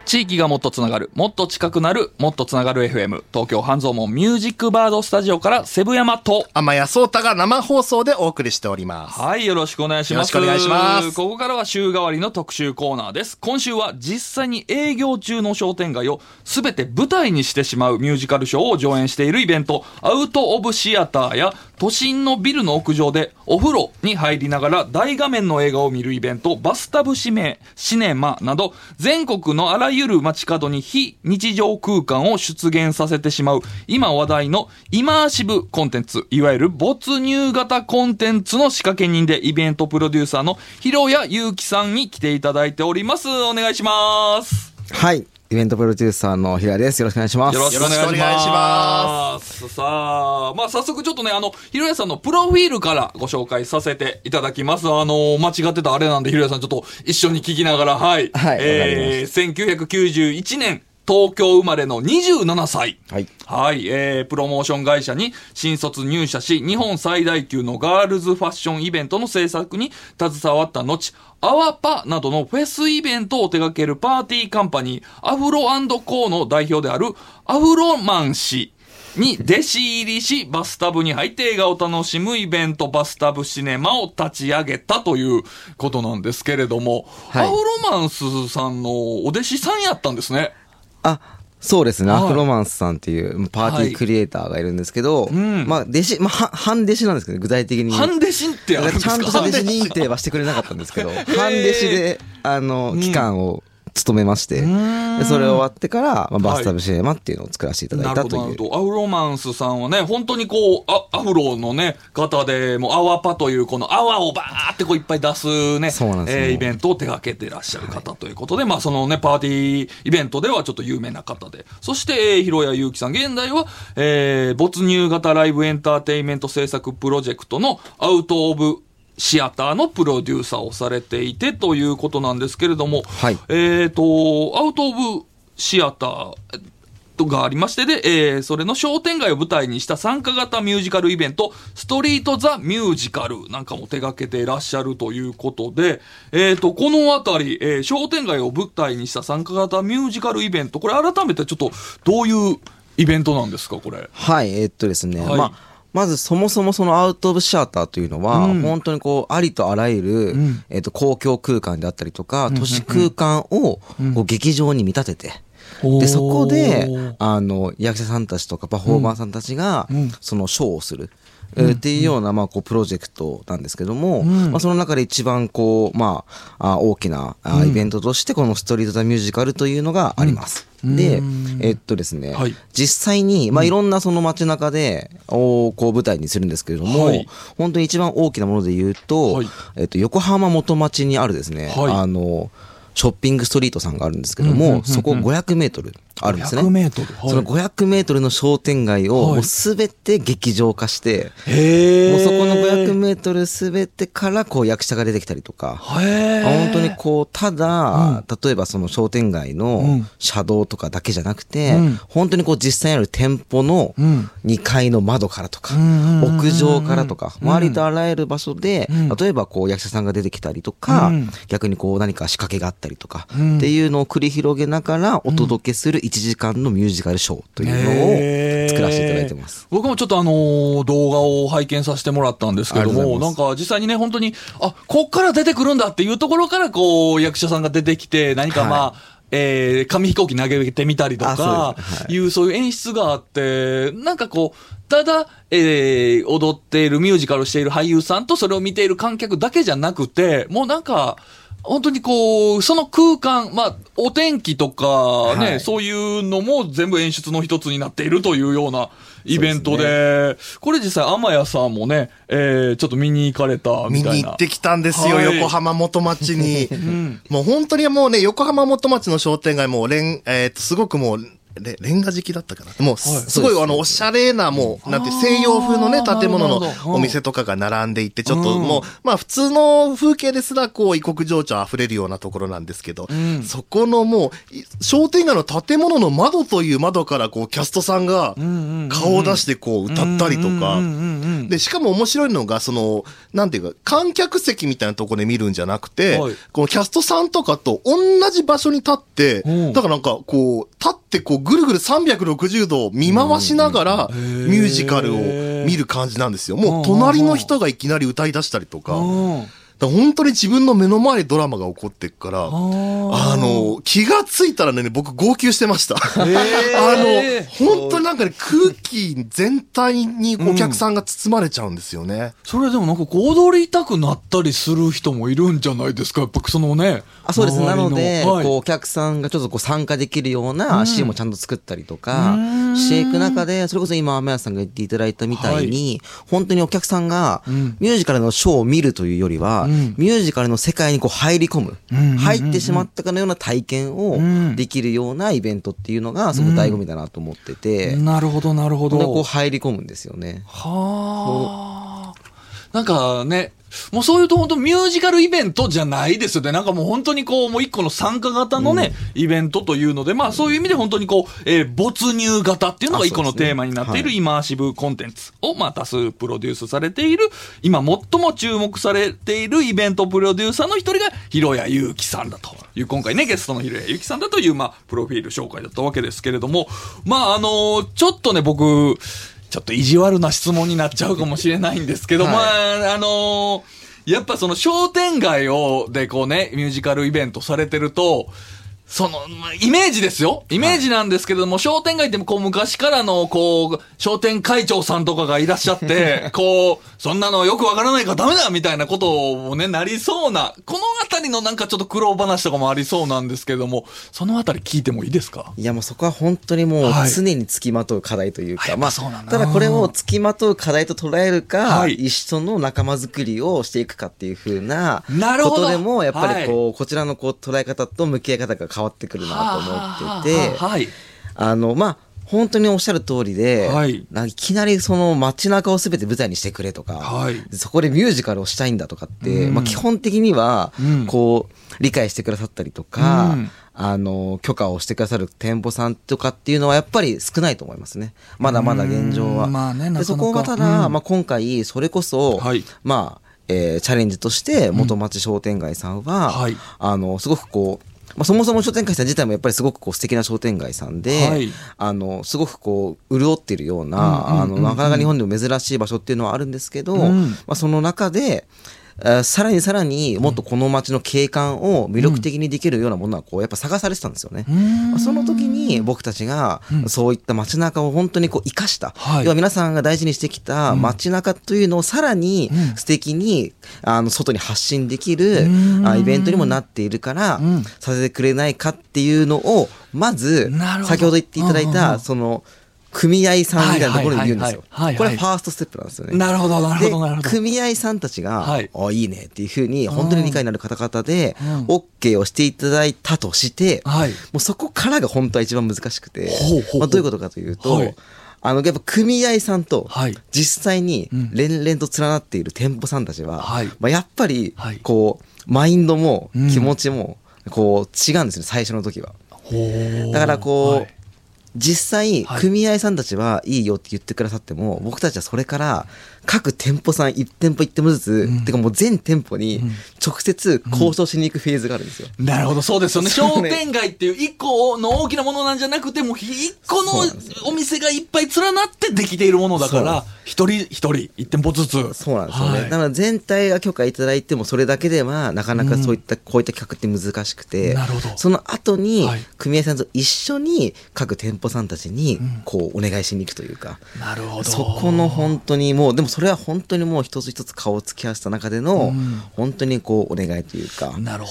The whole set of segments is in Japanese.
地域がもっとつながる、もっと近くなる、もっとつながる FM 東京半蔵門ミュージックバードスタジオからセブ山と天谷聡太が生放送でお送りしております。 はい、よろしくお願いします。 よろしくお願いします。 ここからは週替わりの特集コーナーです。今週は実際に営業中の商店街を全て舞台にしてしまうミュージカルショーを上演しているイベント、アウトオブシアターや都心のビルの屋上でお風呂に入りながら大画面の映画を見るイベント、バスタブシネマなど、全国のあらゆる街角に非日常空間を出現させてしまう今話題のイマーシブコンテンツ、いわゆる没入型コンテンツの仕掛け人でイベントプロデューサーの広谷祐樹さんに来ていただいております。お願いします。 はい、イベントプロデューサーの平です。よろしくお願いします。 よろしくお願いします。さあ、早速ちょっとね、ひろやさんのプロフィールからご紹介させていただきます。間違ってたあれなんで、ひろやさんちょっと一緒に聞きながら、はい。 はい。 1991年、東京生まれの27歳。 はい。 はい。プロモーション会社に新卒入社し、日本最大級のガールズファッションイベントの制作に携わった後、アワパなどのフェスイベントを手掛けるパーティーカンパニー、アフロ&コーの代表であるアフロマン氏に弟子入りし、バスタブに入って映画を楽しむイベント、バスタブシネマを立ち上げたということなんですけれども、はい、アフロマンスさんのお弟子さんやったんですね。 あ、そうですね、 はい、 アフロマンスさんっていうパーティークリエイターがいるんですけど、はい、弟子、半弟子なんですけど、具体的に。 半弟子ってあるんですか？ ちゃんとした弟子認定はしてくれなかったんですけど、半弟子で、期間を務めまして、でそれ終わってから、バスタブシネマっていうのを作らせていただいたという。 なるほど。アフロマンスさんはね、本当にこう、アフロのね、方で、もうアワパというこの泡をバーってこういっぱい出すね、 そうなんですね、 イベントを手掛けていらっしゃる方ということで、そのね、パーティーイベントではちょっと有名な方で、そして、広谷祐樹さん、現在は、没入型ライブエンターテインメント制作プロジェクトのアウトオブシアターのプロデューサーをされていてということなんですけれども、 はい、 アウトオブシアターがありましてで、それの商店街を舞台にした参加型ミュージカルイベント、ストリートザミュージカルなんかも手掛けていらっしゃるということで、このあたり、商店街を舞台にした参加型ミュージカルイベント、これ改めてちょっとどういうイベントなんですか、これ。 はい、ですね、 はい、 まずそもそもそのアウトオブシアターというのは、本当にこうありとあらゆる、公共空間であったりとか、都市空間をこう劇場に見立てて、でそこで役者さんたちとかパフォーマーさんたちがそのショーをするっていうようなこうプロジェクトなんですけども、その中で一番こう大きなイベントとしてこのストリートザミュージカルというのがあります。でですね、はい、実際にいろんなその街中でこう舞台にするんですけれども、はい、本当に一番大きなもので言うと、はい、横浜元町にあるですね、はい、ショッピングストリートさんがあるんですけども、そこ500メートルあるんですね。 500メートル、はい、 その500メートルの商店街をもうすべて劇場化して、 はい、 もうそこの500メートルすべてからこう役者が出てきたりとか、本当にこうただ、例えばその商店街の車道とかだけじゃなくて、本当にこう実際にある店舗の2階の窓からとか、屋上からとか、ありとあらゆる場所で、例えばこう役者さんが出てきたりとか、逆にこう何か仕掛けがあったりとかっていうのを繰り広げながらお届けする1時間のミュージカルショーというのを作らせていただいてます。 僕もちょっと動画を拝見させてもらったんですけども、なんか実際にね、本当にこっから出てくるんだっていうところからこう役者さんが出てきて、何か紙飛行機投げてみたりとかそういう演出があって、なんかこうただ、踊っているミュージカルをしている俳優さんとそれを見ている観客だけじゃなくて、もうなんか本当にこうその空間、お天気とかね、はい、そういうのも全部演出の一つになっているというようなイベント で、これ実際天谷さんもね、ちょっと見に行かれたみたいな。 見に行ってきたんですよ、はい、横浜元町に、もう本当にもうね、横浜元町の商店街もすごくもうレンガ敷きだったかな。もう、すごいおしゃれな、もう、なんて西洋風のね、建物のお店とかが並んでいて、ちょっともう、まあ普通の風景ですら、こう、異国情緒溢れるようなところなんですけど、そこのもう、商店街の建物の窓という窓から、こう、キャストさんが顔を出してこう、歌ったりとか、で、しかも面白いのが、なんていうか、観客席みたいなところで見るんじゃなくて、このキャストさんとかと同じ場所に立って、だからなんかこう、立ってこう、ぐるぐる360度見回しながら、ミュージカルを見る感じなんですよ。もう隣の人がいきなり歌い出したりとか、本当に自分の目の前でドラマが起こっていくから、気がついたらね、僕号泣してました。本当になんかね、空気全体にお客さんが包まれちゃうんですよね。 それでもなんかこう踊りたくなったりする人もいるんじゃないですか、やっぱそのね。 そうですね。なので、こうお客さんがちょっとこう参加できるようなシーンもちゃんと作ったりとかしていく中で、それこそ今雨谷さんが言っていただいたみたいに、本当にお客さんがミュージカルのショーを見るというよりは、ミュージカルの世界にこう入り込む、入ってしまったかのような体験をできるようなイベントっていうのがすごく醍醐味だなと思ってて、 なるほどなるほど。 こう入り込むんですよね。 はあ。なんかね、もうそういうと本当ミュージカルイベントじゃないですよね。なんかもう本当にこう、もう一個の参加型のね、イベントというので、まあそういう意味で本当にこう、没入型っていうのが一個のテーマになっているイマーシブコンテンツを、まあ多数プロデュースされている、今最も注目されているイベントプロデューサーの一人が、広谷祐樹さんだという、今回ね、ゲストの広谷祐樹さんだという、まあ、プロフィール紹介だったわけですけれども、まあちょっとね、僕、ちょっと意地悪な質問になっちゃうかもしれないんですけど、まあ、やっぱその商店街でこうね、ミュージカルイベントされてると、イメージですよ。イメージなんですけれども、商店街ってこう昔からのこう、商店会長さんとかがいらっしゃって、こう、そんなのよくわからないからダメだみたいなことをね、なりそうな、このあたりのなんかちょっと苦労話とかもありそうなんですけれども、そのあたり聞いてもいいですか？ いやもうそこは本当にもう常につきまとう課題というか、まあ、ただこれをつきまとう課題と捉えるか、一緒の仲間づくりをしていくかっていう風なことでも、やっぱりこう、こちらのこう捉え方と向き合い方が変わってくるなと思ってて、まあ、本当におっしゃる通りで、いきなりその街中を全て舞台にしてくれとか、そこでミュージカルをしたいんだとかって、まあ基本的には、こう、理解してくださったりとか、許可をしてくださる店舗さんとかっていうのはやっぱり少ないと思いますね。まだまだ現状は。 まあね、 でそこがただ、まあ今回、それこそ、まあ、チャレンジとして元町商店街さんは、すごくこう、まあ、そもそも商店街さん自体もやっぱりすごくこう素敵な商店街さんで、すごくこう潤っているような、なかなか日本でも珍しい場所っていうのはあるんですけど、まあ、その中でさらにもっとこの街の景観を魅力的にできるようなものはこうやっぱ探されてたんですよね。その時に僕たちがそういった街中を本当にこう生かした、要は皆さんが大事にしてきた街中というのをさらに素敵に外に発信できるイベントにもなっているからさせてくれないかっていうのをまず先ほど言っていただいたその組合さんみたいなところに言うんですよ。これはファーストステップなんですよね。 なるほど、なるほど、なるほど。 組合さんたちが、いいねっていうふうに、本当に理解のある方々で、OK をしていただいたとして、もうそこからが本当は一番難しくて、まあどういうことかというと、やっぱ組合さんと実際に連々と連なっている店舗さんたちは、まあやっぱりこうマインドも気持ちもこう違うんですね、最初の時は。だからこう実際組合さんたちはいいよって言ってくださっても、僕たちはそれから各店舗さん1店舗1店舗ずつ、てかもう全店舗に直接交渉しに行くフェーズがあるんですよ。 なるほど、そうですよね。商店街っていう一個の大きなものなんじゃなくても、一個のお店がいっぱい連なってできているものだから、一人一店舗ずつ。 そうなんですよね。だから全体が許可いただいても、それだけではなかなかそういった、こういった企画って難しくて、その後に組合さんと一緒に各店舗さんたちにこうお願いしに行くというか、 なるほど。 そこの本当にもう、でもそれは本当にもう一つ一つ顔を突き合わせた中での、本当にこうお願いというか。 なるほど。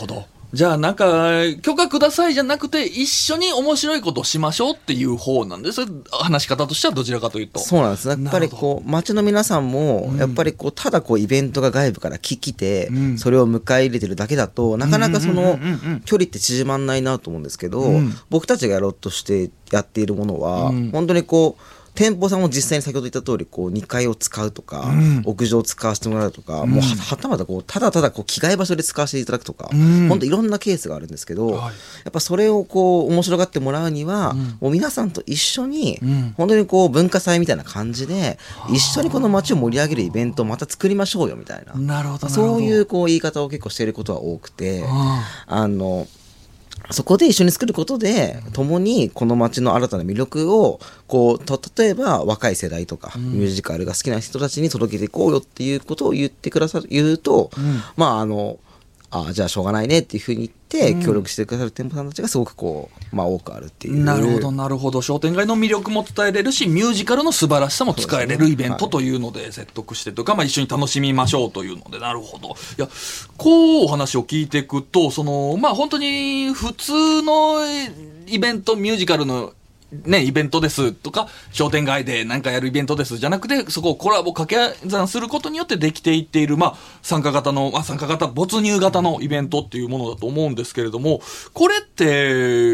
じゃあなんか、許可くださいじゃなくて、一緒に面白いことをしましょうっていう方なんです。話し方としてはどちらかというと。 そうなんです。やっぱりこう、街の皆さんも、やっぱりこう、ただこう、イベントが外部から来て、それを迎え入れてるだけだと、なかなかその、距離って縮まんないなと思うんですけど、僕たちがやろうとしてやっているものは、本当にこう、店舗さんも実際に先ほど言った通り、こう、2階を使うとか、屋上を使わせてもらうとか、もうはたまたこう、ただただこう、着替え場所で使わせていただくとか、本当いろんなケースがあるんですけど、やっぱそれをこう、面白がってもらうには、もう皆さんと一緒に、本当にこう、文化祭みたいな感じで、一緒にこの街を盛り上げるイベントをまた作りましょうよ、みたいな。 なるほど。 そういうこう、言い方を結構していることは多くて、そこで一緒に作ることで、共にこの街の新たな魅力を、こう、例えば若い世代とか、ミュージカルが好きな人たちに届けていこうよっていうことを言ってくださる、言うと、まあ、じゃあしょうがないねっていうふうに言って、協力してくださる店舗さんたちがすごくこう、まあ多くあるっていう。 なるほど、なるほど。商店街の魅力も伝えれるし、ミュージカルの素晴らしさも使えれるイベントというので説得してとか、まあ一緒に楽しみましょうというので、なるほど。いや、こうお話を聞いていくと、まあ本当に普通のイベント、ミュージカルのね、イベントですとか、商店街で何かやるイベントですじゃなくて、そこをコラボ掛け算することによってできていっている、まあ、参加型、没入型のイベントっていうものだと思うんですけれども、これって、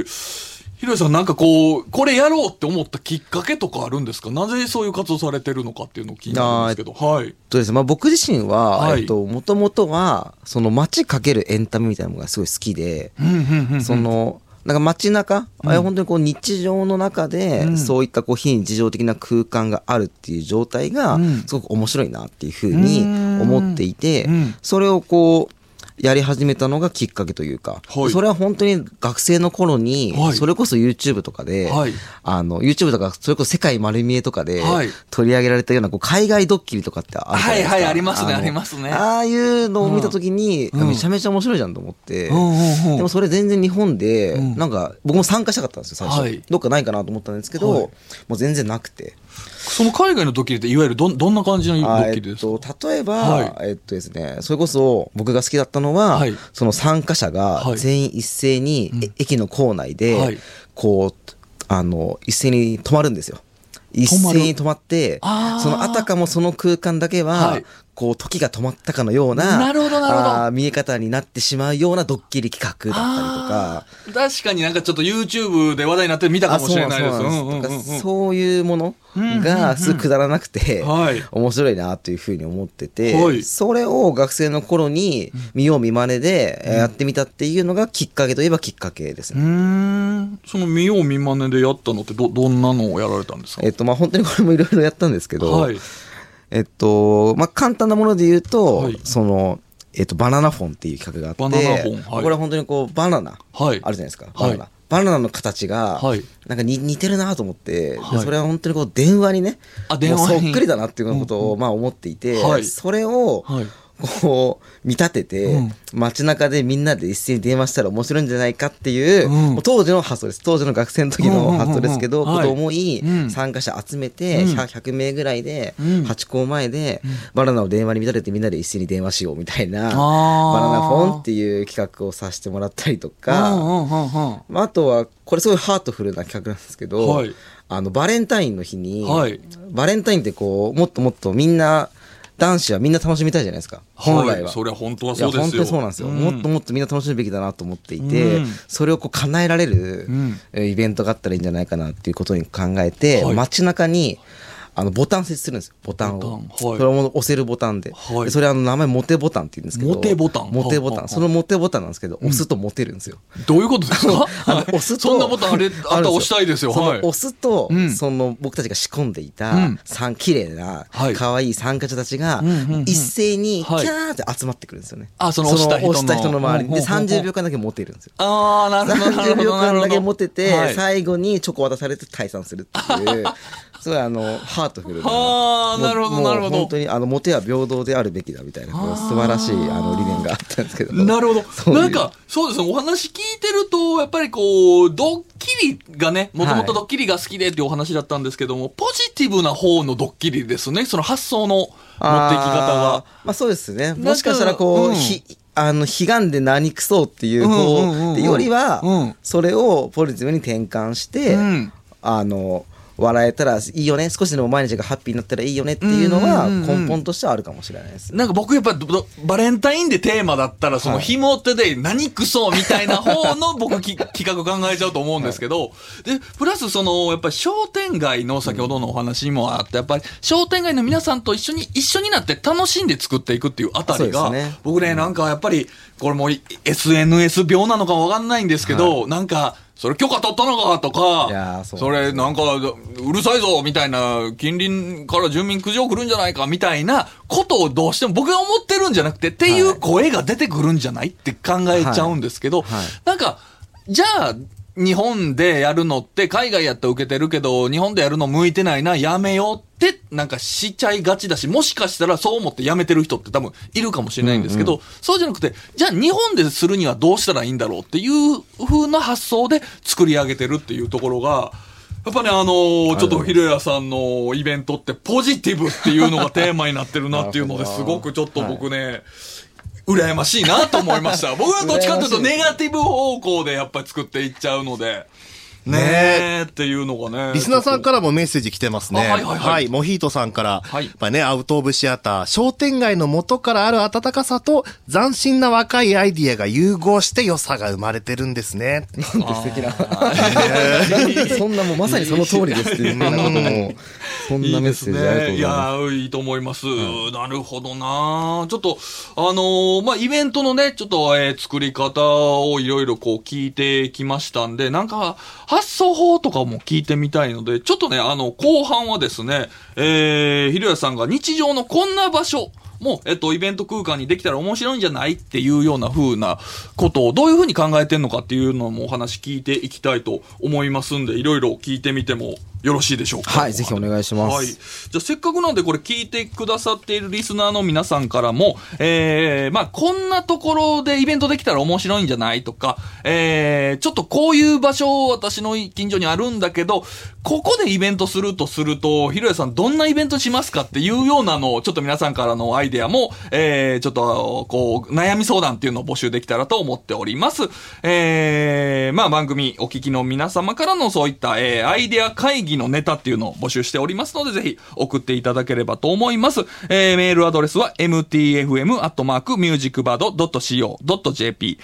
ひろゆきさんなんかこう、これやろうって思ったきっかけとかあるんですか？なぜそういう活動されてるのかっていうのを気になるんですけど。はい。 ですね、まあ僕自身は、 はい、 もともとは、その街かけるエンタメみたいなのがすごい好きで、なんか街中、本当にこう日常の中で、そういったこう非日常的な空間があるっていう状態が、すごく面白いなっていうふうに思っていて、それをこう、やり始めたのがきっかけというか、それは本当に学生の頃に、それこそ YouTube とかで、YouTube とか、それこそ世界丸見えとかで取り上げられたようなこう海外ドッキリとかってあるじゃないですか。 ありますね、ありますね。 ああいうのを見たときに、めちゃめちゃ面白いじゃんと思って、でもそれ全然日本で、なんか僕も参加したかったんですよ、最初。どっかないかなと思ったんですけど、もう全然なくて。 その海外のドッキリっていわゆるどんな感じのドッキリですか？例えば、ですね、それこそ僕が好きだったのは、その参加者が全員一斉に駅の構内で、こう、一斉に止まるんですよ。一斉に止まって、そのあたかもその空間だけは、こう時が止まったかのような見え方になってしまうようなドッキリ企画だったりとか。 確かになんかちょっと YouTube で話題になって見たかもしれないです。そういうものがすぐくだらなくて面白いなというふうに思ってて、それを学生の頃に見よう見まねでやってみたっていうのがきっかけといえばきっかけですね。 その見よう見まねでやったのってどんなのをやられたんですか？ まあ本当にこれもいろいろやったんですけど、まあ簡単なもので言うと、そのバナナフォンっていう企画があって、これは本当にこうバナナあるじゃないですか。バナナの形がなんか似てるなと思って、それは本当にこう電話にね、そっくりだなっていうことをまあ思っていて、それをこう見立てて街中でみんなで一斉に電話したら面白いんじゃないかっていう当時の発想です。当時の学生の時の発想ですけど、ことを思い参加者集めて100名ぐらいでハチ公前でバナナを電話に見立ててみんなで一斉に電話しようみたいなバナナフォンっていう企画をさせてもらったりとか、あとはこれすごいハートフルな企画なんですけど、バレンタインの日にバレンタインってこうもっともっとみんな男子はみんな楽しみたいじゃないですか、本来は。 それは本当はそうですよ。 本当にそうなんですよ。もっともっとみんな楽しむべきだなと思っていて、それをこう叶えられるイベントがあったらいいんじゃないかなっていうことに考えて、街中にボタン設置するんですよ。ボタンを。それを押せるボタンで。それ名前モテボタンって言うんですけど。 モテボタン。 モテボタン。そのモテボタンなんですけど、押すとモテるんですよ。 どういうことですか？ 押すと。 そんなボタンあったら押したいですよ。 押すと、その僕たちが仕込んでいた綺麗な可愛い参加者たちが一斉にキャーって集まってくるんですよね。 その押した人の周りで30秒間だけモテるんですよ。 なるほど。 30秒間だけモテて、最後にチョコ渡されて退散するっていう。すごいハートフルな。 なるほど、なるほど。 本当にモテは平等であるべきだみたいな素晴らしい理念があったんですけど。 なるほど。なんかそうですね、お話聞いてるとやっぱりこうドッキリがね、もともとドッキリが好きでっていうお話だったんですけども、ポジティブな方のドッキリですね。その発想の持っていき方が。 まあそうですね。もしかしたらこう悲願で何くそうっていう方よりは、それをポジティブに転換して、笑えたらいいよね、少しでも毎日がハッピーになったらいいよねっていうのは根本としてはあるかもしれないです。 なんか僕やっぱバレンタインでテーマだったらその紐手で何クソみたいな方の僕企画考えちゃうと思うんですけど、でプラスそのやっぱり商店街の先ほどのお話もあって、やっぱり商店街の皆さんと一緒になって楽しんで作っていくっていうあたりが、僕ねなんかやっぱりこれも SNS 病なのかわかんないんですけど、なんかそれ許可取ったのかとか、それなんかうるさいぞみたいな、近隣から住民苦情来るんじゃないかみたいなことをどうしても僕が思ってるんじゃなくてっていう声が出てくるんじゃないって考えちゃうんですけど、なんかじゃあ日本でやるのって海外やったら受けてるけど日本でやるの向いてないな、やめようってなんかしちゃいがちだし、もしかしたらそう思ってやめてる人って多分いるかもしれないんですけど、そうじゃなくてじゃあ日本でするにはどうしたらいいんだろうっていう風な発想で作り上げてるっていうところがやっぱねちょっとひろやさんのイベントってポジティブっていうのがテーマになってるなっていうのですごくちょっと僕ね、羨ましいなと思いました。僕はどっちかというとネガティブ方向でやっぱり作っていっちゃうので。ねえっていうのがね。 リスナーさんからもメッセージ来てますね。はい。モヒートさんから、やっぱりね、アウトオブシアター、商店街の元からある温かさと斬新な若いアイディアが融合して良さが生まれてるんですね。 なんて素敵な。そんなもうまさにその通りですっていうことも、そんなメッセージありがとうございます。 いや、いいと思います。なるほどな。ちょっと、イベントのね、ちょっと、作り方をいろいろこう聞いてきましたんで、なんか、発想法とかも聞いてみたいので、ちょっとね、後半はですね、ひろやさんが日常のこんな場所も、イベント空間にできたら面白いんじゃないっていうような風なことをどういう風に考えてんのかっていうのもお話聞いていきたいと思いますんで、いろいろ聞いてみてもよろしいでしょうか。 はい、ぜひお願いします。 はい。じゃあせっかくなんでこれ聞いてくださっているリスナーの皆さんからも、こんなところでイベントできたら面白いんじゃないとか、ちょっとこういう場所私の近所にあるんだけど、ここでイベントすると、ひろやさんどんなイベントしますかっていうようなのを、ちょっと皆さんからのアイデアも、ちょっと、こう、悩み相談っていうのを募集できたらと思っております。番組お聞きの皆様からのそういった、アイデア会議のネタっていうのを募集しておりますので、ぜひ送っていただければと思います。メールアドレスは mtfm@musicbird.co.jp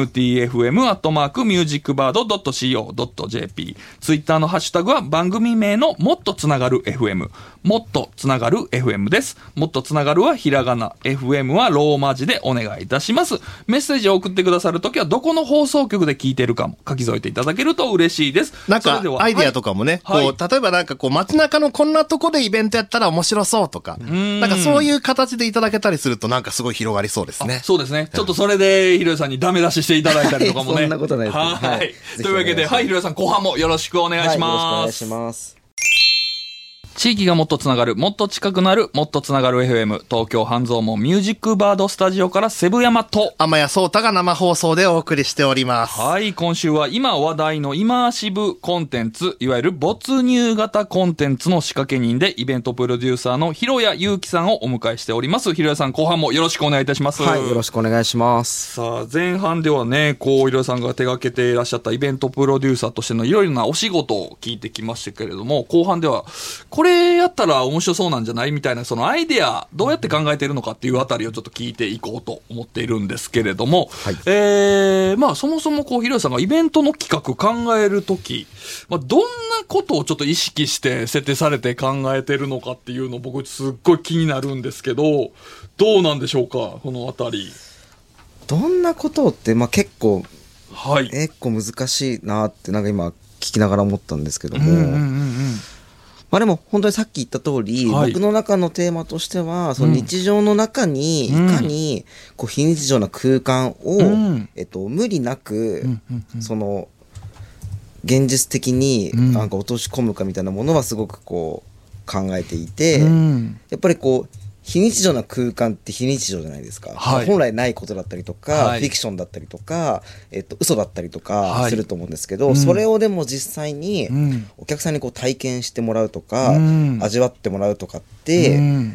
mtfm@musicbird.co.jp ツイッターのハッシュタグは番組名のもっとつながる FM もっとつながる FM です。もっとつながるはひらがな、 FM はローマ字でお願いいたします。メッセージを送ってくださるときはどこの放送局で聞いているかも書き添えていただけると嬉しいです。 なんかアイデアとかもね、こう例えばなんかこう街中のこんなとこでイベントやったら面白そうとか、なんかそういう形でいただけたりするとなんかすごい広がりそうですね。 そうですね。ちょっとそれでひろやさんにダメ出ししていただいたりとかもね。 そんなことないです。 はい。というわけで、ひろやさん後半もよろしくお願いします。 よろしくお願いします。 地域がもっとつながる、もっと近くなる、もっとつながる FM、東京半蔵門ミュージックバードスタジオからセブヤマと天谷聡太が生放送でお送りしております。 はい、今週は今話題のイマーシブコンテンツ、いわゆる没入型コンテンツの仕掛け人でイベントプロデューサーの広谷祐樹さんをお迎えしております。広谷さん後半もよろしくお願いいたします。 はい、よろしくお願いします。 さあ、前半ではね、広谷さんが手掛けていらっしゃったイベントプロデューサーとしてのいろいろなお仕事を聞いてきましたけれども、後半ではこれやったら面白そうなんじゃないみたいな、そのアイデアどうやって考えているのかっていうあたりをちょっと聞いていこうと思っているんですけれども、はい、そもそも広谷さんがイベントの企画考えるとき、どんなことをちょっと意識して設定されて考えてるのかっていうの僕すっごい気になるんですけど、どうなんでしょうか、このあたり。 どんなことって、結構、 はい、 結構難しいなってなんか今聞きながら思ったんですけども、でも本当にさっき言った通り、はい、僕の中のテーマとしてはその日常の中にいかにこう非日常な空間を、無理なく、その現実的になんか落とし込むかみたいなものはすごくこう考えていて、やっぱりこう非日常な空間って非日常じゃないですか、はい、本来ないことだったりとか、はい、フィクションだったりとか、嘘だったりとかすると思うんですけど、それをでも実際にお客さんにこう体験してもらうとか、味わってもらうとかって、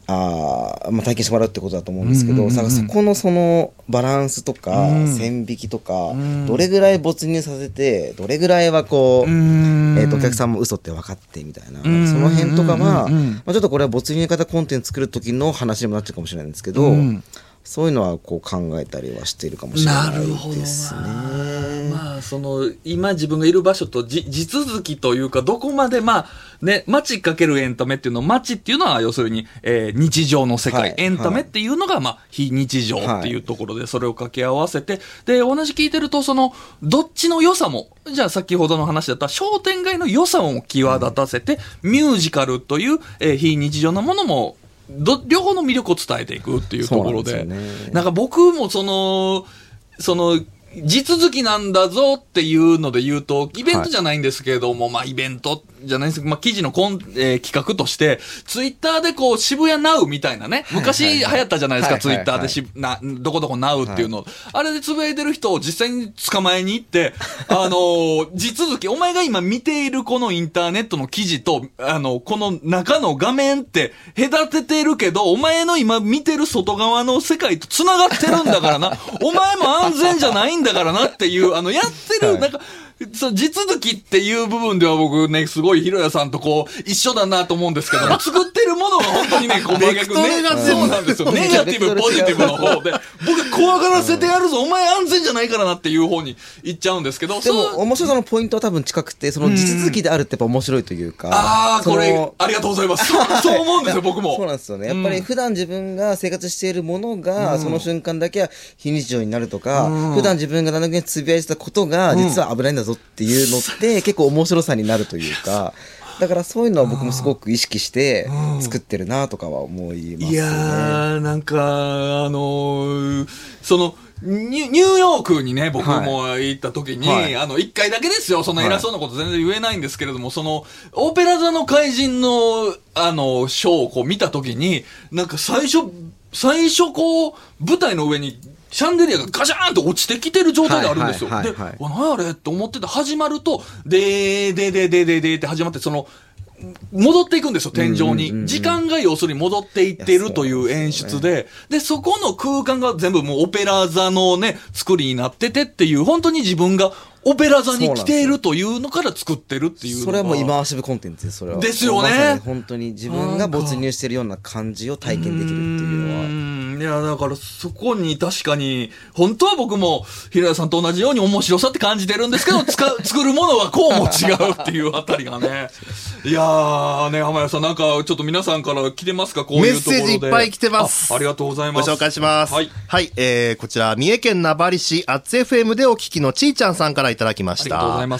体験してもらうってことだと思うんですけど、そこのそのバランスとか線引きとか、どれぐらい没入させてどれぐらいはこう、お客さんも嘘って分かってみたいな、その辺とかは、ちょっとこれは没入型コンテンツ作る時の話にもなっちゃうかもしれないんですけど、そういうのはこう考えたりはしているかもしれないですね。 まあその今自分がいる場所と地続きというか、どこまで街かけるエンタメっていうの、街っていうのは要するに、日常の世界、エンタメっていうのが非日常っていうところでそれを掛け合わせて、で同じ聞いてるとそのどっちの良さも、じゃあ先ほどの話だった商店街の良さを際立たせて、ミュージカルという、非日常なものも両方の魅力を伝えていくっていうところで、なんか僕もその地続きなんだぞっていうので言うと、イベントじゃないんですけれども、イベントじゃないですけど、記事の企画として、ツイッターでこう、渋谷ナウみたいなね、昔流行ったじゃないですか、ツイッターでどこどこナウっていうの。あれでつぶやいてる人を実際に捕まえに行って、地続き、お前が今見ているこのインターネットの記事と、この中の画面って隔ててるけど、お前の今見てる外側の世界と繋がってるんだからな。お前も安全じゃないんだからなっていう、やってる、なんか、地続きっていう部分では僕ね、すごいひろやさんとこう、一緒だなと思うんですけど、作ってるものが本当にね、こう真逆ね。そうなんですよ。ネガティブ、ポジティブの方で、僕怖がらせてやるぞ、お前安全じゃないからなっていう方に行っちゃうんですけど、 でも面白さのポイントは多分近くて、その地続きであるってやっぱ面白いというか。 これ、ありがとうございます。そう思うんですよ、僕も。 そうなんですよね。やっぱり普段自分が生活しているものが、その瞬間だけは非日常になるとか、普段自分が何気につぶやいてたことが、実は危ないんだぞっていうのって結構面白さになるというか、だからそういうのは僕もすごく意識して作ってるなとかは思いますね。 いやー、なんかそのニューヨークにね、僕も行った時に、一回だけですよ、そんな偉そうなこと全然言えないんですけれども、その、オペラ座の怪人の、ショーをこう見た時に、なんか最初こう、舞台の上に、シャンデリアがガシャーンと落ちてきてる状態であるんですよ。で、何あれって思ってて始まると、でって始まって、その、戻っていくんですよ、天井に。時間が要するに戻っていっているという演出で、で、そこの空間が全部もうオペラ座のね、作りになっててっていう、本当に自分がオペラ座に来ているというのから作ってるっていうのが。 それはもうイマーシブコンテンツです、それは。 ですよね。 まさに本当に自分が没入してるような感じを体験できるっていうのは。 いや、だからそこに確かに、本当は僕も、平谷さんと同じように面白さって感じてるんですけど、作るものはこうも違うっていうあたりがね。いやーね、浜谷さん、なんかちょっと皆さんから来てますか、こういうところで。 メッセージいっぱい来てます。 ありがとうございます。 ご紹介します。 はい。 はい、こちら、三重県名張市、アッツ FM でお聞きのちーちゃんさんからいただきました。 ありがとうございます。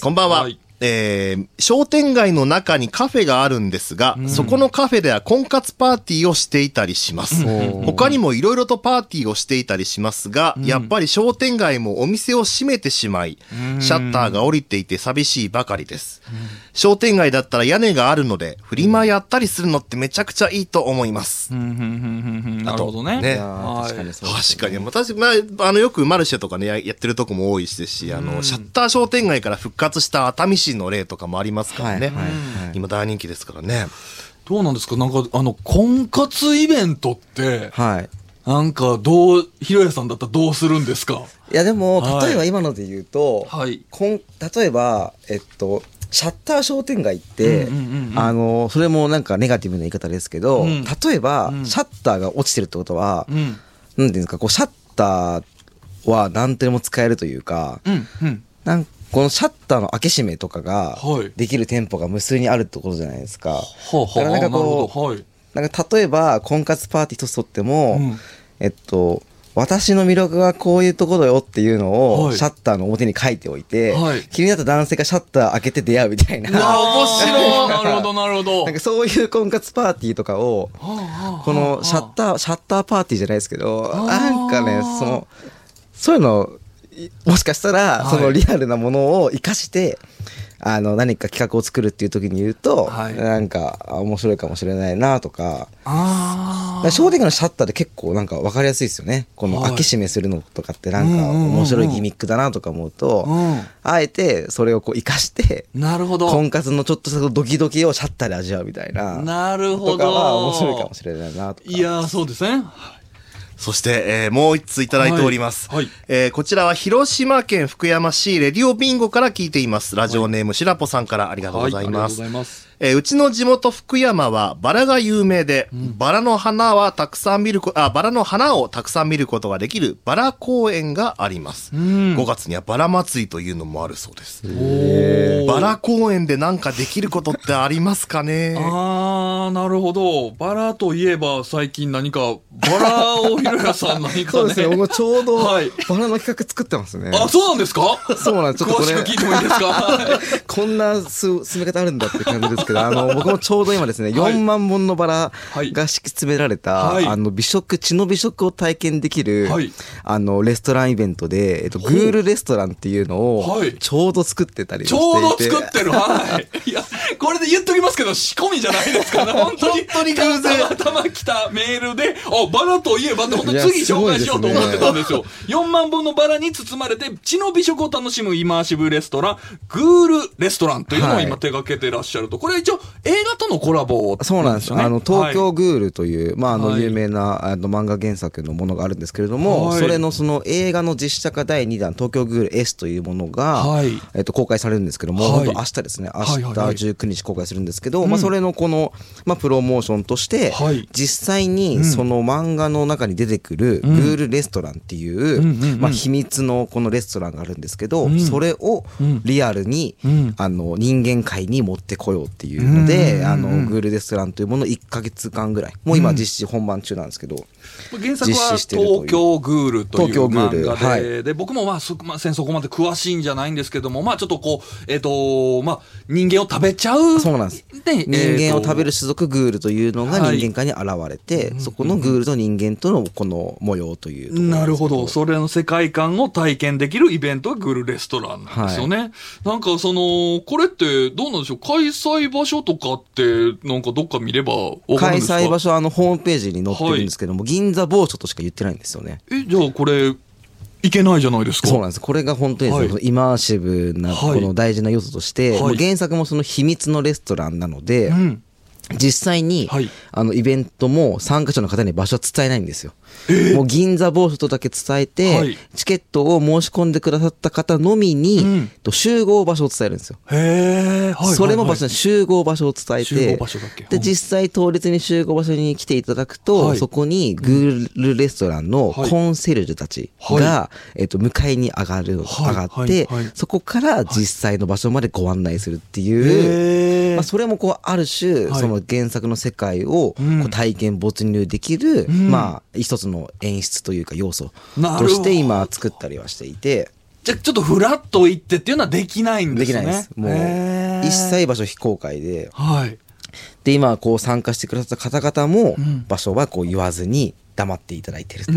こんばんは。はい、商店街の中にカフェがあるんですが、そこのカフェでは婚活パーティーをしていたりします。他にもいろいろとパーティーをしていたりしますが、やっぱり商店街もお店を閉めてしまい、シャッターが降りていて寂しいばかりです。商店街だったら屋根があるので、フリマやったりするのってめちゃくちゃいいと思います。 なるほどね。 確かにそうですね。 確かに。私、よくマルシェとかね、やってるとこも多いですし、シャッター商店街から復活した熱海市の例とかもありますからね。今大人気ですからね。 どうなんですか、なんか婚活イベントって、 はい。 なんかひろやさんだったらどうするんですか？ いやでも、例えば今ので言うと、 はい、 例えば、シャッター商店街って、それもなんかネガティブな言い方ですけど、例えば、シャッターが落ちてるってことは、なんていうんですか、こう、シャッターは何とでも使えるというか、このシャッターの開け閉めとかができる店舗が無数にあるってことじゃないですか。だからなんかこう、なんか例えば婚活パーティー一つとっても、私の魅力はこういうところよっていうのをシャッターの表に書いておいて、気になった男性がシャッター開けて出会うみたいな。 面白い。なるほどなるほど。 なんかそういう婚活パーティーとかを、このシャッターパーティーじゃないですけど、なんかね、そういうのもしかしたらそのリアルなものを生かして何か企画を作るっていう時に言うと、 はいなんか面白いかもしれないなとか、 あ正直なシャッターで結構なんか分かりやすいですよね。この開け閉めするのとかってなんか面白いギミックだなとか思うと、あえてそれをこう活かして、 なるほど。 婚活のちょっとしたドキドキをシャッターで味わうみたいな。 なるほど。 とかは面白いかもしれないなとか。 いやー、そうですね。 そして、もう一ついただいております。 はいはい、 こちらは広島県福山市レディオビンゴから聞いています。ラジオネームしらぽさんからありがとうございます。 はい、ありがとうございます。 うちの地元福山はバラが有名で、バラの花をたくさん見ることができるバラ公園があります。5月にはバラ祭りというのもあるそうです。バラ公園でなんかできることってありますかね？ なるほど。バラといえば最近何か、バラをひろやさん何かね。 そうですね。僕ちょうど、 はい、 バラの企画作ってますね。 あ、そうなんですか？ そうなんです。ちょっとこれ詳しく聞いてもいいですか？ こんな進め方あるんだって感じですけど、僕もちょうど今ですね、4万本のバラが敷き詰められた、 はい、 血の美食を体験できる、はい、レストランイベントで、グールレストランっていうのを、ちょうど作ってたりしていて。 ちょうど作ってる。はい。いや、これで言っときますけど、仕込みじゃないですから、本当に偶然たまたま来たメールで、バラといえばって本当に次紹介しようと思ってたんですよ。4万本のバラに包まれて、血の美食を楽しむイマーシブレストラン、グールレストランというのを今手掛けてらっしゃると。これは一応映画とのコラボ、ね、 そうなんです。東京グールという、有名な漫画原作のものがあるんですけれども、それのその映画の実写化第2弾、東京グール S というものが、公開されるんですけども、本当明日ですね、明日19日公開するんですけど、それのこの、プロモーションとして、実際にその漫画の中に出てくるグールレストランっていう、秘密のこのレストランがあるんですけど、それをリアルに、人間界に持ってこようっていうので、グールレストランというものを1ヶ月間ぐらい、もう今実施本番中なんですけど、 原作は東京グールという漫画で、で僕もそこまで詳しいんじゃないんですけども、ちょっとこう、人間を食べちゃう。 そうなんです。人間を食べる種族グールというのが人間界に現れて、そこのグールと人間とのこの模様という。 なるほど。それの世界観を体験できるイベントがグールレストランなんですよね。なんかこれってどうなんでしょう、開催場所とかってなんかどっか見ればわかるんですか？ 開催場所はホームページに載ってるんですけども、銀座某所としか言ってないんですよね。 じゃあこれいけないじゃないですか。 そうなんです。これが本当にイマーシブなこの大事な要素として、原作もその秘密のレストランなので、実際に、イベントも参加者の方に場所は伝えないんですよ。もう銀座某所とだけ伝えて、チケットを申し込んでくださった方のみに、集合場所を伝えるんですよ。それも場所に集合場所を伝えて、で実際当日に集合場所に来ていただくと、そこにグールレストランのコンシェルジュたちが、迎えに上がって、そこから実際の場所までご案内するっていう、それもこうある種、その原作の世界をこう体験没入できる、一つの演出というか要素として今作ったりはしていて。 じゃあちょっとフラッと行ってっていうのはできないんですね。 できないです。もう一切場所非公開で、で今こう参加してくださった方々も場所はこう言わずに黙っていただいてるっていう、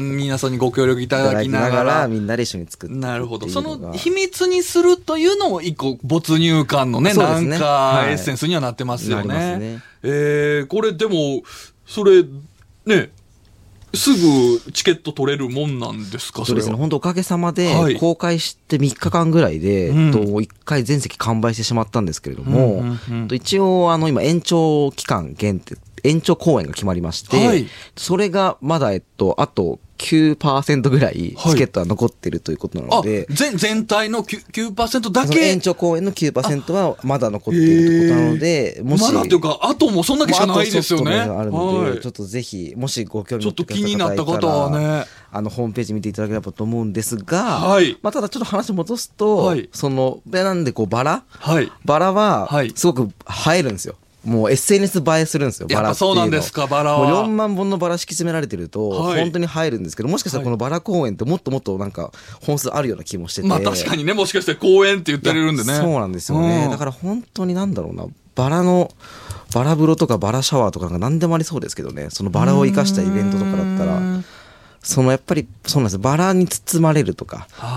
皆さんにご協力いただきながらみんなで一緒に作って。 なるほど。その秘密にするというのも一個没入感のね、なんかエッセンスにはなってますよね。これでもそれね、すぐチケット取れるもんなんですか？ そうですね。本当おかげさまで公開して3日間ぐらいで、1回全席完売してしまったんですけれども、一応今延長期間限定、延長公演が決まりまして、それがまだあと9% ぐらいチケットは残ってるということなので、 全体の 9% だけ、 延長公演の 9% はまだ残っているということなので、もしまだというかあともそんだけしかないですよね。 あるので、ちょっとぜひもしご興味ちょっと気になった方はね、 ホームページ見ていただければと思うんですが、ただちょっと話戻すと、なんでこうバラはすごく映えるんですよ。もう SNS 映えするんですよ、バラっていうの。 そうなんですか、バラは。 もう4万本のバラ敷き詰められてると、本当に入るんですけど、もしかしたらこのバラ公園ってもっともっとなんか本数あるような気もしてて。 確かにね、もしかして公園って言ってるんでね。 そうなんですよね。だから本当にバラ風呂とかバラシャワーとかなんか何でもありそうですけどね、そのバラを生かしたイベントとかだったら、やっぱりそうなんです、バラに包まれるとか。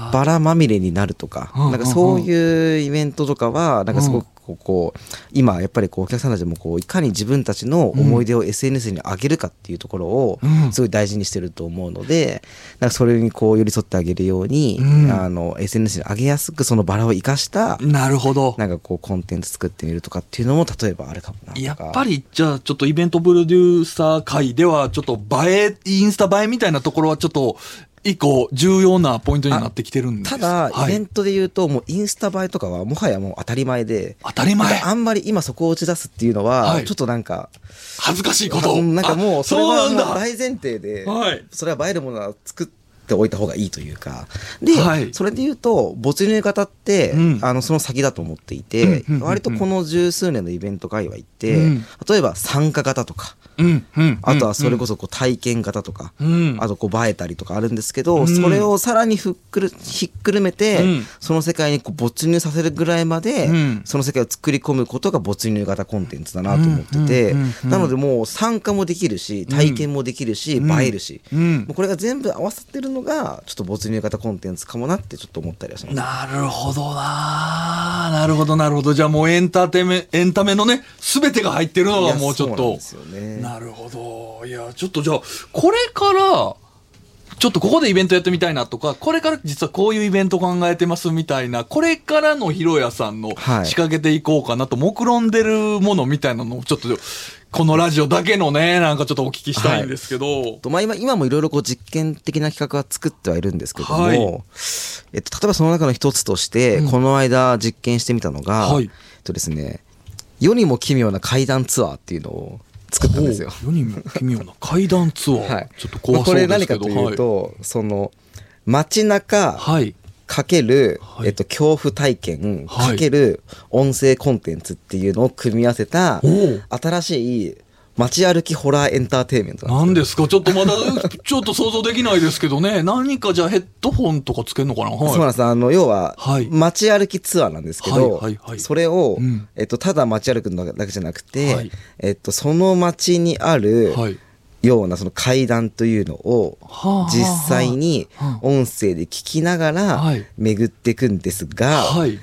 バラまみれになるとか、なんかそういうイベントとかは、なんかすごくこう、今やっぱりこうお客さんたちもこう、いかに自分たちの思い出を SNS に上げるかっていうところを、すごい大事にしてると思うので、なんかそれにこう寄り添ってあげるように、SNS に上げやすくそのバラを生かした、 なるほど。 なんかこうコンテンツ作ってみるとかっていうのも例えばあるかもなとか。 やっぱり、じゃあちょっとイベントプロデューサー界では、ちょっとインスタ映えみたいなところはちょっと、一個重要なポイントになってきてるんです。 ただ、イベントで言うと、もうインスタ映えとかはもはやもう当たり前で。 当たり前。 あんまり今そこを打ち出すっていうのは、ちょっとなんか、 恥ずかしいこと。 なんかもう、それはもう大前提で、それは映えるものは作っておいた方がいいというか。で、それで言うと、没入型って、その先だと思っていて、割とこの十数年のイベント界隈って、例えば参加型とか、あとはそれこそこう体験型とか、あとこう映えたりとかあるんですけど、それをさらにひっくるめて、その世界にこう没入させるぐらいまで、その世界を作り込むことが没入型コンテンツだなと思ってて、なのでもう参加もできるし、体験もできるし、映えるし、もうこれが全部合わさってるのが、ちょっと没入型コンテンツかもなってちょっと思ったりはします。 なるほどな、なるほどなるほど。じゃあもうエンタメのね、すべてが入ってるのがもうちょっと。なるほど。いや、ちょっとじゃあ、これから、ちょっとここでイベントやってみたいなとか、これから実はこういうイベント考えてますみたいな、これからのひろやさんの仕掛けていこうかなと目論んでるものみたいなのをちょっと、このラジオだけのね、なんかちょっとお聞きしたいんですけど。 まあ今もいろいろこう実験的な企画は作ってはいるんですけども、例えばその中の一つとして、この間実験してみたのが、ですね、世にも奇妙な怪談ツアーっていうのを、作ったんですよ。 世にも奇妙な怪談ツアー。ちょっと怖そうですけど。 これ何かというと、その街中かける、恐怖体験かける音声コンテンツっていうのを組み合わせた新しい街歩きホラーエンターテインメントなんですか。ちょっとまだちょっと想像できないですけどね。何かじゃあヘッドホンとかつけるのかな。 そうなんです。要は街歩きツアーなんですけど、それをただ街歩くのだけじゃなくて、その街にあるようなその階段というのを実際に音声で聞きながら巡っていくんですが、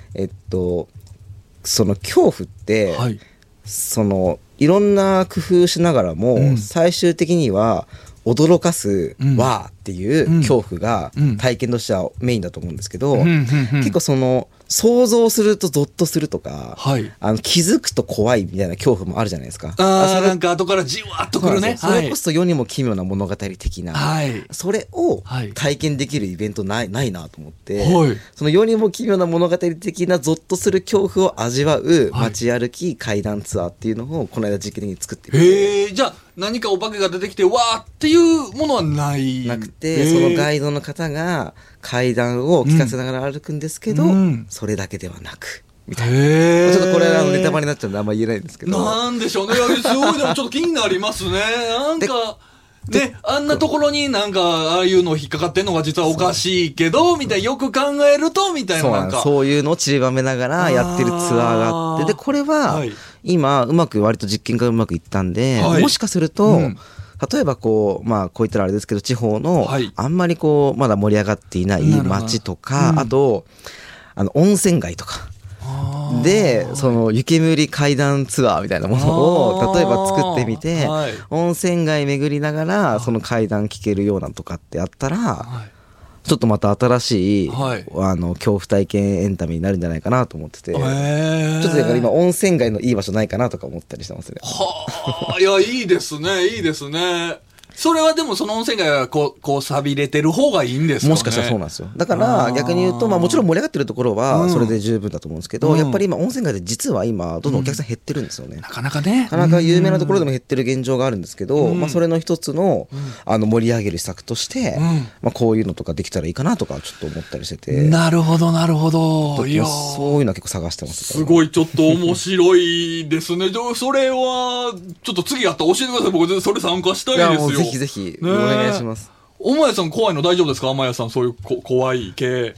その恐怖っていろんな工夫しながらも、最終的には驚かすわーっていう恐怖が体験としてはメインだと思うんですけど、結構その想像するとゾッとするとか、気づくと怖いみたいな恐怖もあるじゃないですか。 なんか後からじわっとくるね。 それこそ世にも奇妙な物語的な、それを体験できるイベントないなと思って、その世にも奇妙な物語的なゾッとする恐怖を味わう街歩き怪談ツアーっていうのをこの間実験的に作ってみて。 じゃあ何かお化けが出てきてわーっていうものはなくて、そのガイドの方が階段を聞かせながら歩くんですけど、それだけではなくみたいな。ちょっとこれネタバレになっちゃうんであんま言えないんですけど。 なんでしょうね。すごいでもちょっと気になりますね。なんかね、あんなところになんかああいうの引っかかってんのが実はおかしいけどみたいな、よく考えるとみたいな、なんかそういうのを散りばめながらやってるツアーがあって、でこれは今割と実験がうまくいったんで、もしかすると、例えばこう言ったらあれですけど、地方のあんまりこうまだ盛り上がっていない街とか、あと温泉街とかで、その湯煙階段ツアーみたいなものを例えば作ってみて、温泉街巡りながらその階段聞けるようなとかってやったら、ちょっとまた新しい恐怖体験エンタメになるんじゃないかなと思ってて、ちょっとだから今温泉街のいい場所ないかなとか思ったりしてますね。 いや、いいですね、いいですね。それはでもその温泉街がこう錆びれてる方がいいんですかね。 もしかしたらそうなんですよ。だから逆に言うと、もちろん盛り上がってるところはそれで十分だと思うんですけど、やっぱり今温泉街で実は今どんどんお客さん減ってるんですよね。 なかなかね。 なかなか有名なところでも減ってる現状があるんですけど、それの一つの盛り上げる施策として、こういうのとかできたらいいかなとかちょっと思ったりしてて。 なるほどなるほど。 いや、そういうのは結構探してます。 すごいちょっと面白いですね。それはちょっと次やったら教えてください。僕それ参加したいですよ。いや、もうぜひぜひ。お願いします。 おまやさん怖いの大丈夫ですか？あまやさん、そういう怖い系。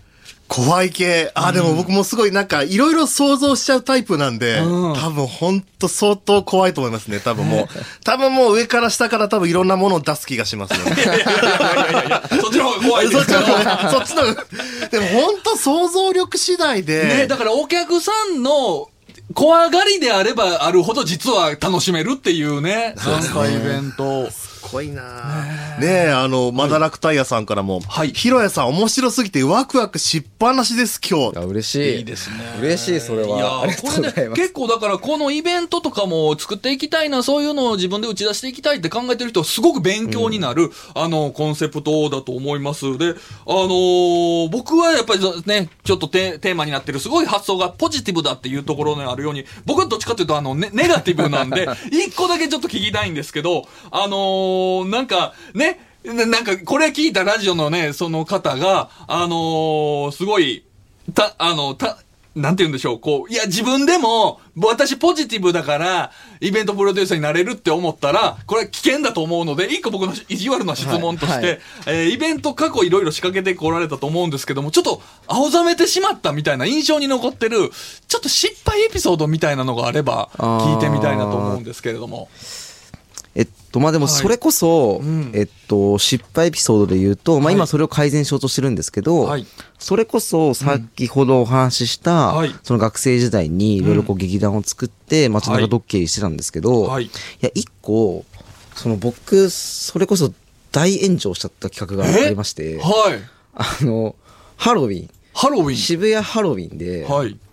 怖い系。でも僕もすごいなんか、いろいろ想像しちゃうタイプなんで、多分ほんと相当怖いと思いますね、多分もう上から下から多分いろんなものを出す気がしますね。 いや、そっちの方が怖いですよ。 そっちの方が、でもほんと想像力次第で。 ね、だからお客さんの、怖がりであればあるほど実は楽しめるっていうね、なんかイベント。 すごいなねえ、マダラクタイヤさんからも、 はい。 ヒロヤさん面白すぎてワクワクしっぱなしです今日。 嬉しい。 いいですね。 嬉しい、それは。 いや、 ありがとうございます。 これね、結構だからこのイベントとかも作っていきたいな、そういうのを自分で打ち出していきたいって考えてる人はすごく勉強になる、コンセプトだと思います。で、僕はやっぱりね、ちょっとテーマになってるすごい発想がポジティブだっていうところにあるように、僕はどっちかというとネガティブなんで、一個だけちょっと聞きたいんですけど、なんか、ね、なんか、これ聞いたラジオのね、その方が、すごい、なんて言うんでしょう、いや、自分でも、私ポジティブだから、イベントプロデューサーになれるって思ったら、これは危険だと思うので、一個僕の意地悪な質問として、イベント過去いろいろ仕掛けてこられたと思うんですけども、ちょっと、青ざめてしまったみたいな印象に残ってる、ちょっと失敗エピソードみたいなのがあれば、聞いてみたいなと思うんですけれども。 まあでもそれこそ、失敗エピソードで言うと、まあ今それを改善しようとしてるんですけど、それこそ先ほどお話しした、その学生時代にいろいろこう劇団を作って街中ドッキリしてたんですけど、いや、一個、僕、それこそ大炎上しちゃった企画がありまして、ハロウィン。渋谷ハロウィンで、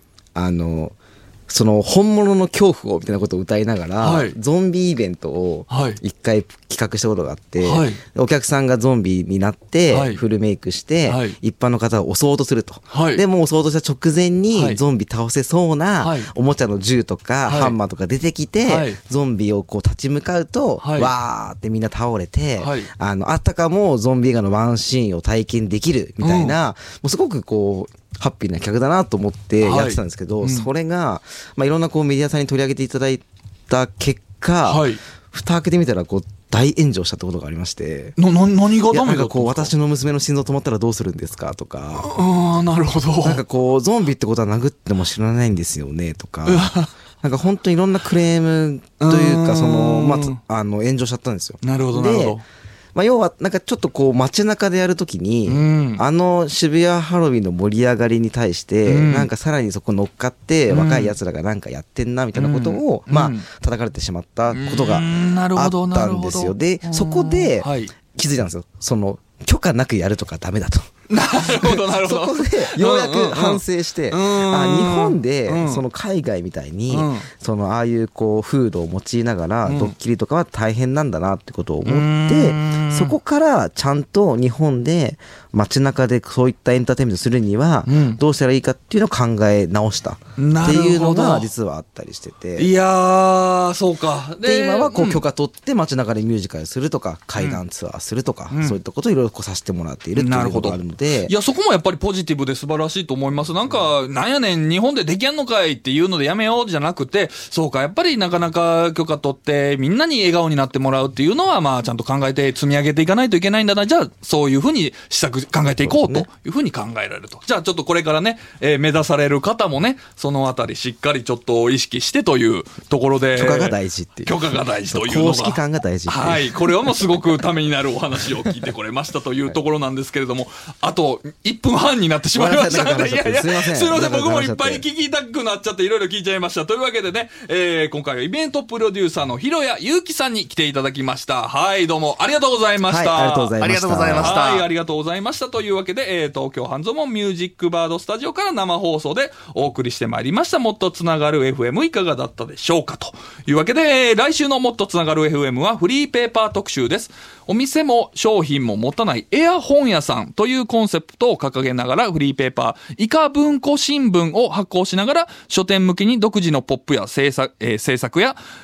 その本物の恐怖をみたいなことを歌いながら、ゾンビイベントを一回企画したことがあって、お客さんがゾンビになってフルメイクして、一般の方を襲おうとすると。でも襲おうとした直前にゾンビ倒せそうなおもちゃの銃とかハンマーとか出てきて、ゾンビをこう立ち向かうと、わーってみんな倒れて、あたかもゾンビ映画のワンシーンを体験できるみたいな、もうすごくこう、ハッピーな企画だなと思ってやってたんですけど、それが、まあ、いろんなこうメディアさんに取り上げていただいた結果、蓋開けてみたらこう大炎上したってことがありまして。 何がダメだったんですか？ なんかこう、私の娘の心臓止まったらどうするんですかとか。 なるほど。 なんかこう、ゾンビってことは殴っても知らないんですよねとか。なんか本当にいろんなクレームというか、まあ、炎上しちゃったんですよ。 なるほど、なるほど。 まあ、要は、なんかちょっとこう街中でやるときに、渋谷ハロウィンの盛り上がりに対して、なんかさらにそこ乗っかって、若い奴らがなんかやってんな、みたいなことを、まあ、叩かれてしまったことがあったんですよ。で、そこで気づいたんですよ。許可なくやるとかダメだと。 なるほど、なるほど。 そこで、ようやく反省して、日本で、海外みたいに、ああいうこう、風土を用いながら、ドッキリとかは大変なんだなってことを思って、そこからちゃんと日本で街中でそういったエンターテインメントするには、どうしたらいいかっていうのを考え直したっていうのが実はあったりしてて。 いやー、そうか。 で、今はこう許可取って街中でミュージカルするとか、怪談ツアーするとか、そういったことをいろいろさせてもらっているっていうことがあるので。 いや、そこもやっぱりポジティブで素晴らしいと思います。なんか、なんやねん、日本でできやんのかいっていうのでやめようじゃなくて、そうか、やっぱりなかなか許可取って、みんなに笑顔になってもらうっていうのは、まあ、ちゃんと考えて積み上げていかないといけないんだな。じゃあ、そういうふうに施策考えていこうというふうに考えられると。じゃあ、ちょっとこれからね、目指される方もね、そのあたりしっかりちょっと意識してというところで。 許可が大事っていう。 許可が大事というのが。 公式感が大事っていう。 はい。これはもうすごくためになるお話を聞いてこれましたというところなんですけれども、あと、1分半になってしまいましたので、いやいや、すいません、僕もいっぱい聞きたくなっちゃっていろいろ聞いちゃいました。というわけでね、今回はイベントプロデューサーの広谷祐樹さんに来ていただきました。はい、どうもありがとうございました。 はい、ありがとうございました。 ありがとうございました。 はい、ありがとうございました。というわけで、東京半蔵門ミュージックバードスタジオから生放送でお送りしてまいりました。もっとつながる FM いかがだったでしょうかというわけで、来週のもっとつながる FM はフリーペーパー特集です。お店も商品も持たないエア本屋さんというコンセプトを掲げながらフリーペーパーイカ文庫新聞を発行しながら書店向けに独自のポップや制作や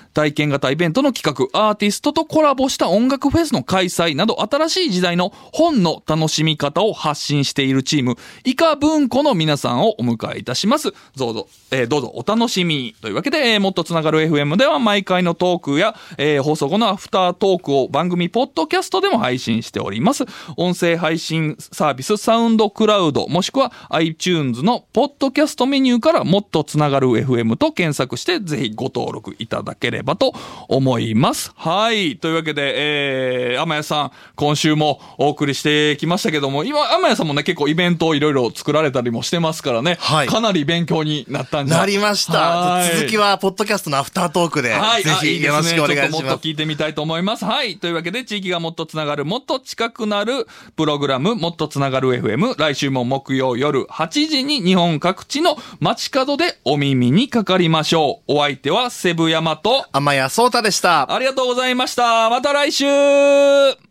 体験型イベントの企画、アーティストとコラボした音楽フェスの開催など、新しい時代の本の楽しみ方を発信しているチーム、イカ文庫の皆さんをお迎えいたします。どうぞお楽しみに。というわけで、もっとつながる FM では毎回のトークや、放送後のアフタートークを番組ポッドキャストでも配信しております。音声配信サービスサウンドクラウドもしくは iTunes のポッドキャストメニューからもっとつながる FM と検索してぜひご登録いただければと思います。はい。というわけで、天谷さん、今週もお送りしてきましたけども、今、天谷さんもね、結構イベントをいろいろ作られたりもしてますからね。はい。かなり勉強になったんじゃなりました。続きは、ポッドキャストのアフタートークで、はい、ぜひよろしくお願いします。 ちょっともっと聞いてみたいと思います。はい。というわけで、地域がもっとつながる、もっと近くなるプログラム、もっとつながる FM。来週も木曜夜8時に日本各地の街角でお耳にかかりましょう。お相手はセブヤマと天谷聡太でした。 ありがとうございました。また来週。